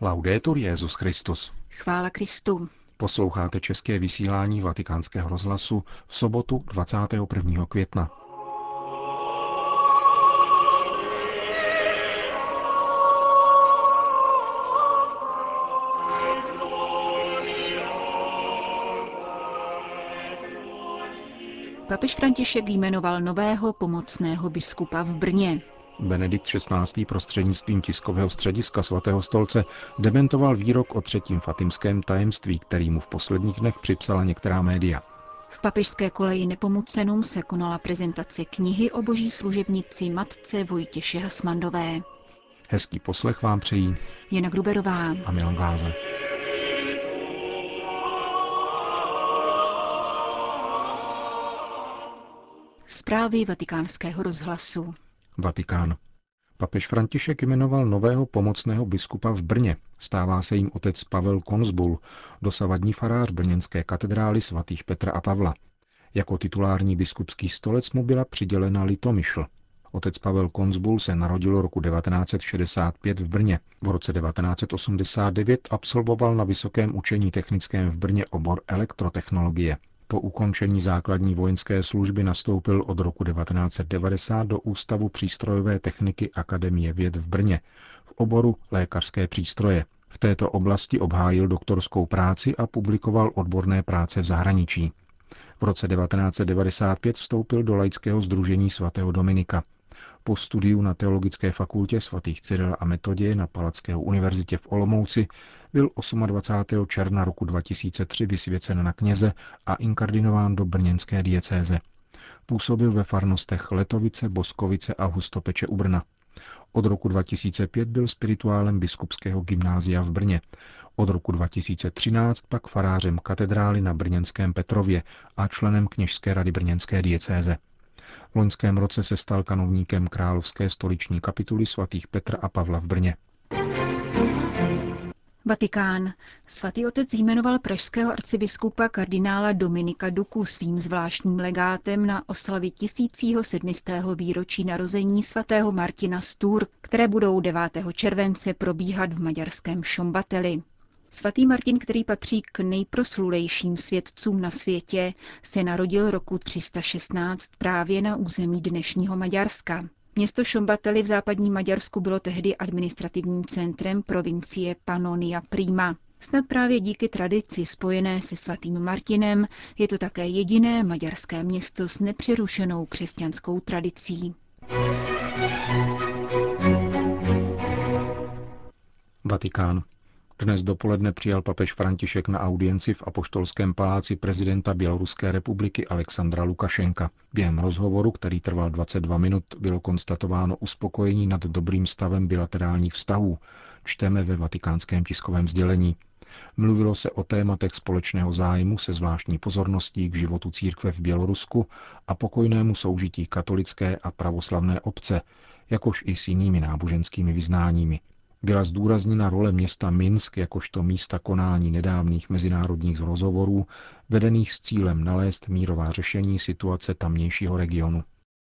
Laudetur Jesus Christus. Chvála Kristu. Posloucháte české vysílání Vatikánského rozhlasu v sobotu 21. května. Papež František jmenoval nového pomocného biskupa v Brně. Benedikt XVI. Prostřednictvím tiskového střediska svatého stolce dementoval výrok o třetím fatimském tajemství, který mu v posledních dnech připsala některá média. V papežské koleji Nepomucenum se konala prezentace knihy o boží služebnici matce Vojtěše Hasmandové. Hezký poslech vám přejí Jana Gruberová a Milan Glázer. Zprávy Vatikánského rozhlasu. Vatikán. Papež František jmenoval nového pomocného biskupa v Brně. Stává se jim otec Pavel Konzbul, dosavadní farář brněnské katedrály svatých Petra a Pavla. Jako titulární biskupský stolec mu byla přidělena Litomyšl. Otec Pavel Konzbul se narodil roku 1965 v Brně. V roce 1989 absolvoval na Vysokém učení technickém v Brně obor elektrotechnologie. Po ukončení základní vojenské služby nastoupil od roku 1990 do Ústavu přístrojové techniky Akademie věd v Brně v oboru lékařské přístroje. V této oblasti obhájil doktorskou práci a publikoval odborné práce v zahraničí. V roce 1995 vstoupil do laického sdružení svatého Dominika. Po studiu na Teologické fakultě svatých Cyrila a Metoděje na Palackého univerzitě v Olomouci byl 28. června roku 2003 vysvěcen na kněze a inkardinován do brněnské diecéze. Působil ve farnostech Letovice, Boskovice a Hustopeče u Brna. Od roku 2005 byl spirituálem biskupského gymnázia v Brně. Od roku 2013 pak farářem katedrály na brněnském Petrově a členem kněžské rady brněnské diecéze. V loňském roce se stal kanovníkem Královské stoliční kapituly svatých Petra a Pavla v Brně. Vatikán. Svatý otec jmenoval pražského arcibiskupa kardinála Dominika Duku svým zvláštním legátem na oslavy 1700. výročí narození svatého Martina z Tours, které budou 9. července probíhat v maďarském Šombateli. Svatý Martin, který patří k nejproslulejším světcům na světě, se narodil roku 316 právě na území dnešního Maďarska. Město Šombateli v západním Maďarsku bylo tehdy administrativním centrem provincie Pannonia Prima. Snad právě díky tradici spojené se svatým Martinem je to také jediné maďarské město s nepřerušenou křesťanskou tradicí. Vatikán. Dnes dopoledne přijal papež František na audienci v Apoštolském paláci prezidenta Běloruské republiky Alexandra Lukašenka. Během rozhovoru, který trval 22 minut, bylo konstatováno uspokojení nad dobrým stavem bilaterálních vztahů, čteme ve vatikánském tiskovém sdělení. Mluvilo se o tématech společného zájmu se zvláštní pozorností k životu církve v Bělorusku a pokojnému soužití katolické a pravoslavné obce, jakož i s jinými náboženskými vyznáními. Byla zdůrazněna role města Minsk jakožto místa konání nedávných mezinárodních rozhovorů, vedených s cílem nalézt mírová řešení situace tamnějšího regionu.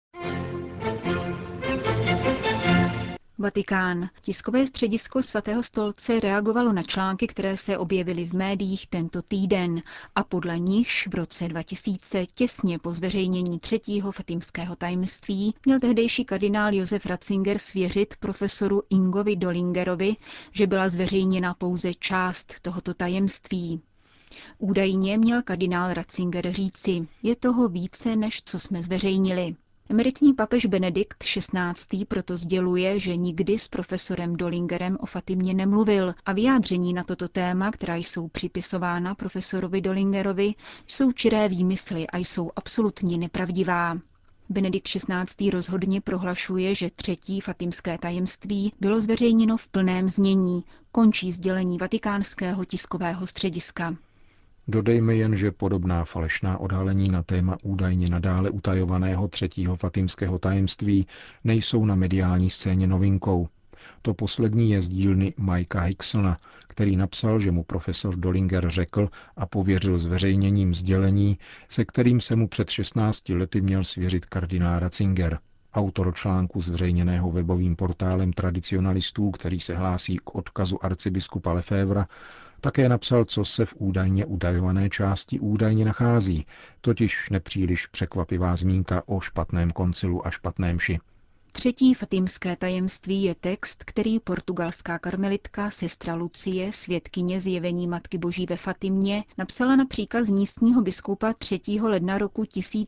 Vatikán. Tiskové středisko svatého stolce reagovalo na články, které se objevily v médiích tento týden a podle nichž v roce 2000 těsně po zveřejnění třetího fatimského tajemství měl tehdejší kardinál Josef Ratzinger svěřit profesoru Ingovi Dolingerovi, že byla zveřejněna pouze část tohoto tajemství. Údajně měl kardinál Ratzinger říci, je toho více, než co jsme zveřejnili. Emeritní papež Benedikt XVI. Proto sděluje, že nikdy s profesorem Dolingerem o Fatimě nemluvil a vyjádření na toto téma, která jsou připisována profesorovi Dolingerovi, jsou čiré výmysly a jsou absolutně nepravdivá. Benedikt XVI. Rozhodně prohlašuje, že třetí fatimské tajemství bylo zveřejněno v plném znění, končí sdělení vatikánského tiskového střediska. Dodejme jen, že podobná falešná odhalení na téma údajně nadále utajovaného třetího fatimského tajemství nejsou na mediální scéně novinkou. To poslední je z dílny Mikea Hicksona, který napsal, že mu profesor Dolinger řekl a pověřil zveřejněním sdělení, se kterým se mu před 16 lety měl svěřit kardinál Ratzinger. Autor článku zveřejněného webovým portálem tradicionalistů, který se hlásí k odkazu arcibiskupa Lefevra, také napsal, co se v údajně utajované části údajně nachází, totiž nepříliš překvapivá zmínka o špatném koncilu a špatné mši. Třetí fatimské tajemství je text, který portugalská karmelitka sestra Lucie, svědkyně zjevení Matky Boží ve Fatimě, napsala na příkaz místního biskupa 3. ledna roku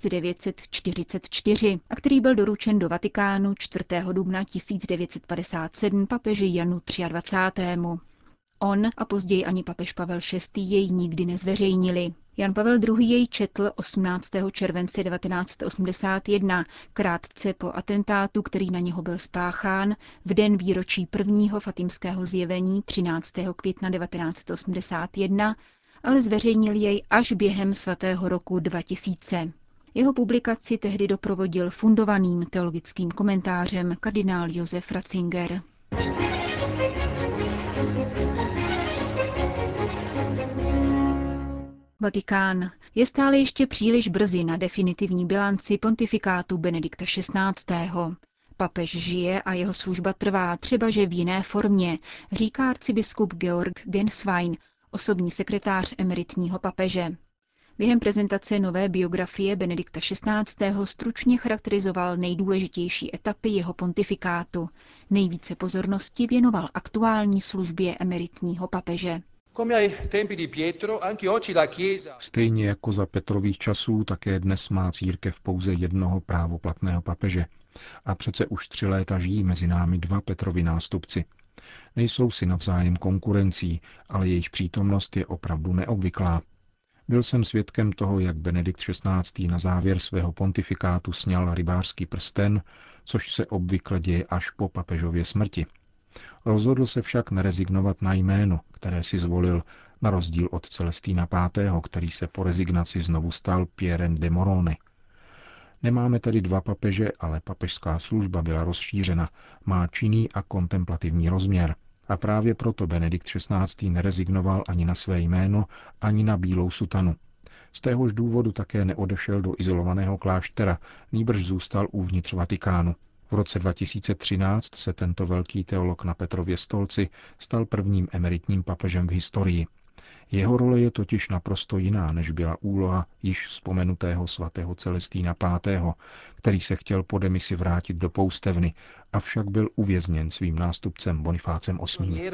1944 a který byl doručen do Vatikánu 4. dubna 1957 papeži Janu 23. On a později ani papež Pavel VI. Jej nikdy nezveřejnili. Jan Pavel II. Jej četl 18. července 1981, krátce po atentátu, který na něho byl spáchán, v den výročí prvního fatimského zjevení 13. května 1981, ale zveřejnil jej až během svatého roku 2000. Jeho publikaci tehdy doprovodil fundovaným teologickým komentářem kardinál Josef Ratzinger. Vatikán. Je stále ještě příliš brzy na definitivní bilanci pontifikátu Benedikta XVI. Papež žije a jeho služba trvá, třebaže v jiné formě, říká arcibiskup Georg Genswein, osobní sekretář emeritního papeže. Během prezentace nové biografie Benedikta XVI. Stručně charakterizoval nejdůležitější etapy jeho pontifikátu. Nejvíce pozornosti věnoval aktuální službě emeritního papeže. Stejně jako za Petrových časů, také dnes má církev pouze jednoho právoplatného papeže. A přece už 3 léta žijí mezi námi 2 Petrovi nástupci. Nejsou si navzájem konkurencí, ale jejich přítomnost je opravdu neobvyklá. Byl jsem svědkem toho, jak Benedikt XVI. Na závěr svého pontifikátu sňal rybářský prsten, což se obvykle děje až po papežově smrti. Rozhodl se však nerezignovat na jméno, které si zvolil, na rozdíl od Celestína V., který se po rezignaci znovu stal Pierrem de Morone. Nemáme tedy 2 papeže, ale papežská služba byla rozšířena, má činný a kontemplativní rozměr. A právě proto Benedikt XVI. Nerezignoval ani na své jméno, ani na bílou sutanu. Z téhož důvodu také neodešel do izolovaného kláštera, nýbrž zůstal uvnitř Vatikánu. V roce 2013 se tento velký teolog na Petrově stolci stal prvním emeritním papežem v historii. Jeho role je totiž naprosto jiná, než byla úloha již vzpomenutého svatého Celestína V., který se chtěl po demisi vrátit do poustevny, avšak byl uvězněn svým nástupcem Bonifácem VIII.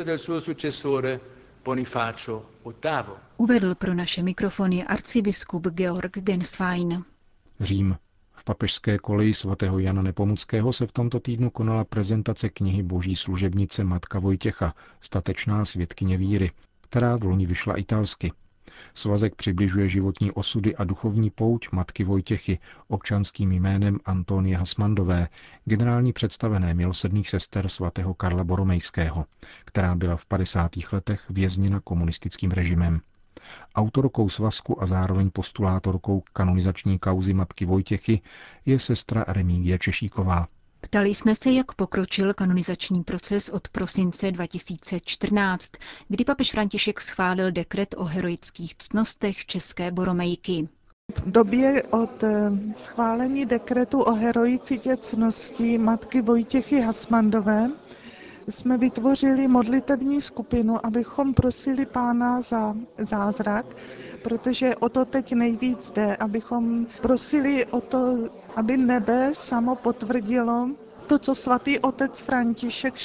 Uvedl pro naše mikrofony arcibiskup Georg Genswein. Řím. V papežské koleji svatého Jana Nepomuckého se v tomto týdnu konala prezentace knihy Boží služebnice Matka Vojtěcha, statečná svědkyně víry, která v loni vyšla italsky. Svazek přibližuje životní osudy a duchovní pouť matky Vojtěchy občanským jménem Antonie Hasmandové, generální představené milosrdných sester svatého Karla Boromejského, která byla v 50. letech vězněna komunistickým režimem. Autorkou svazku a zároveň postulátorkou kanonizační kauzy matky Vojtěchy je sestra Remígie Češíková. Ptali jsme se, jak pokročil kanonizační proces od prosince 2014, kdy papež František schválil dekret o heroických ctnostech české Boromejky. V době od schválení dekretu o heroicitě ctností matky Vojtěchy Hasmandové jsme vytvořili modlitevní skupinu, abychom prosili Pána za zázrak, protože o to teď nejvíc jde, abychom prosili o to, aby nebe samo potvrdilo to, co svatý otec František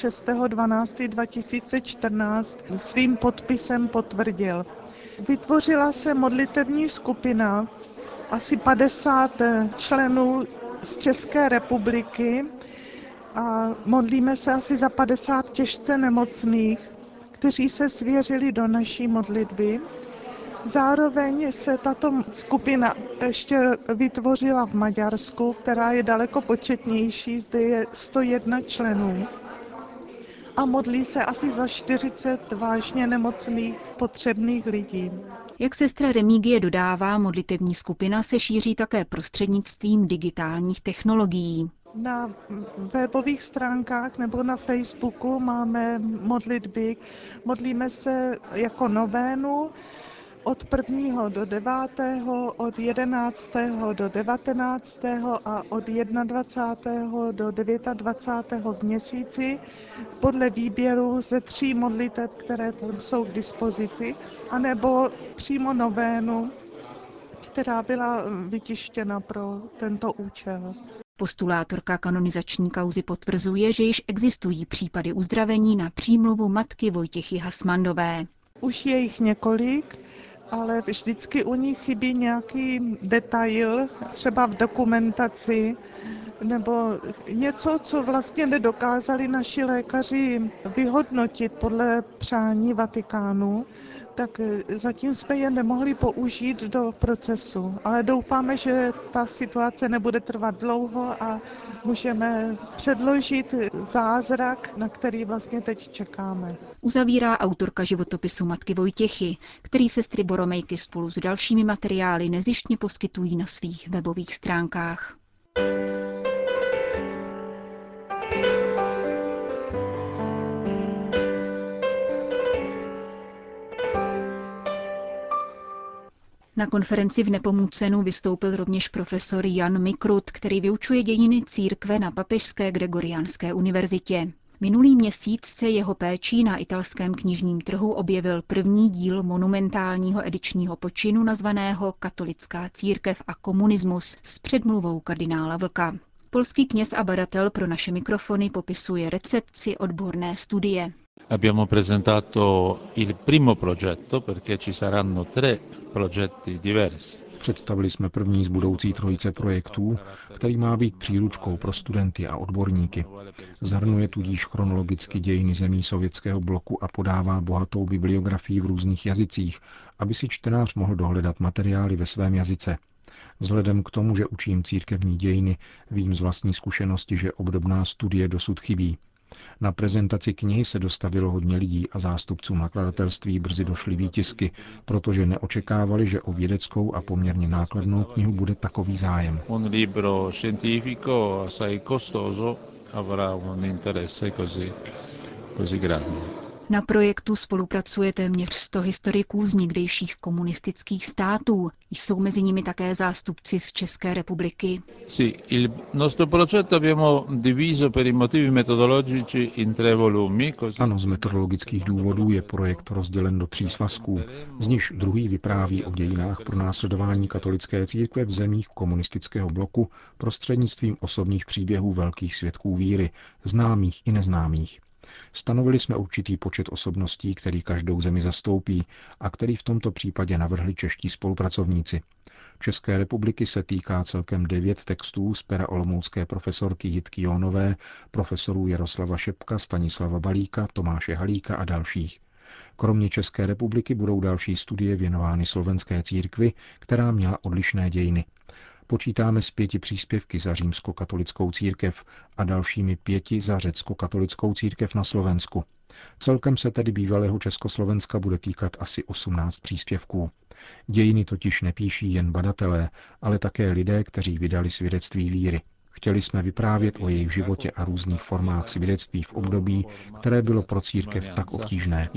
6.12.2014 svým podpisem potvrdil. Vytvořila se modlitevní skupina, asi 50 členů z České republiky, a modlíme se asi za 50 těžce nemocných, kteří se svěřili do naší modlitby. Zároveň se tato skupina ještě vytvořila v Maďarsku, která je daleko početnější, zde je 101 členů. A modlí se asi za 40 vážně nemocných potřebných lidí. Jak sestra Remígie dodává, modlitevní skupina se šíří také prostřednictvím digitálních technologií. Na webových stránkách nebo na Facebooku máme modlitby. Modlíme se jako novénu od 1. do 9., od 11. do 19. a od 21. do 29. v měsíci podle výběru ze 3 modliteb, které tam jsou k dispozici, anebo přímo novénu, která byla vytištěna pro tento účel. Postulátorka kanonizační kauzy potvrzuje, že již existují případy uzdravení na přímluvu matky Vojtěchy Hasmandové. Už je jich několik, ale vždycky u nich chybí nějaký detail, třeba v dokumentaci, nebo něco, co vlastně nedokázali naši lékaři vyhodnotit podle přání Vatikánu, tak zatím jsme je nemohli použít do procesu. Ale doufáme, že ta situace nebude trvat dlouho a můžeme předložit zázrak, na který vlastně teď čekáme. Uzavírá autorka životopisu matky Vojtěchy, který sestry Boromejky spolu s dalšími materiály nezištně poskytují na svých webových stránkách. Na konferenci v Nepomucenu vystoupil rovněž profesor Jan Mikrut, který vyučuje dějiny církve na Papežské Gregoriánské univerzitě. Minulý měsíc se jeho péčí na italském knižním trhu objevil první díl monumentálního edičního počinu nazvaného Katolická církev a komunismus s předmluvou kardinála Vlka. Polský kněz a badatel pro naše mikrofony popisuje recepci odborné studie. Abbiamo presentato il primo progetto perché ci saranno 3 progetti diversi. Představili jsme první z budoucí trojice projektů, který má být příručkou pro studenty a odborníky. Zahrnuje tudíž chronologicky dějiny zemí sovětského bloku a podává bohatou bibliografii v různých jazycích, aby si čtenář mohl dohledat materiály ve svém jazyce. Vzhledem k tomu, že učím církevní dějiny, vím z vlastní zkušenosti, že obdobná studie dosud chybí. Na prezentaci knihy se dostavilo hodně lidí a zástupcům nakladatelství brzy došly výtisky, protože neočekávali, že o vědeckou a poměrně nákladnou knihu bude takový zájem. Un libro scientifico assai costoso avrà un interesse così grande. Na projektu spolupracuje téměř 100 historiků z někdejších komunistických států. Jsou mezi nimi také zástupci z České republiky. Sì, il nostro progetto abbiamo diviso per i motivi metodologici in 3 volumi. Ano, z metodologických důvodů je projekt rozdělen do 3 svazků, z nichž druhý vypráví o dějinách pronásledování katolické církve v zemích komunistického bloku prostřednictvím osobních příběhů velkých svědků víry, známých i neznámých. Stanovili jsme určitý počet osobností, který každou zemi zastoupí a který v tomto případě navrhli čeští spolupracovníci. České republiky se týká celkem 9 textů z pera olomoucké profesorky Jitky Jónové, profesorů Jaroslava Šepka, Stanislava Balíka, Tomáše Halíka a dalších. Kromě České republiky budou další studie věnovány slovenské církvi, která měla odlišné dějiny. Počítáme s 5 příspěvky za římskokatolickou církev a dalšími 5 za řecko-katolickou církev na Slovensku. Celkem se tedy bývalého Československa bude týkat asi 18 příspěvků. Dějiny totiž nepíší jen badatelé, ale také lidé, kteří vydali svědectví víry. Chtěli jsme vyprávět o jejich životě a různých formách svědectví v období, které bylo pro církev tak obtížné.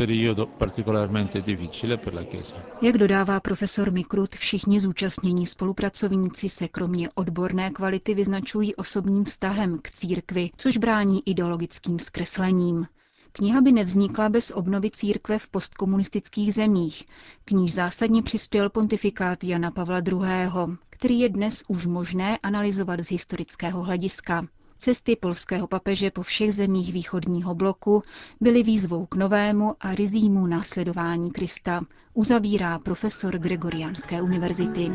Jak dodává profesor Mikrut, všichni zúčastnění spolupracovníci se kromě odborné kvality vyznačují osobním vztahem k církvi, což brání ideologickým zkreslením. Kniha by nevznikla bez obnovy církve v postkomunistických zemích, k níž zásadně přispěl pontifikát Jana Pavla II., který je dnes už možné analyzovat z historického hlediska. Cesty polského papeže po všech zemích východního bloku byly výzvou k novému a ryzímu následování Krista, uzavírá profesor Gregoriánské univerzity.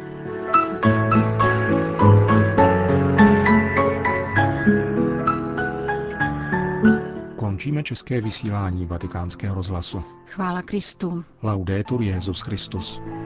Končíme české vysílání Vatikánského rozhlasu. Chvála Kristu. Laudetur Jesus Christus.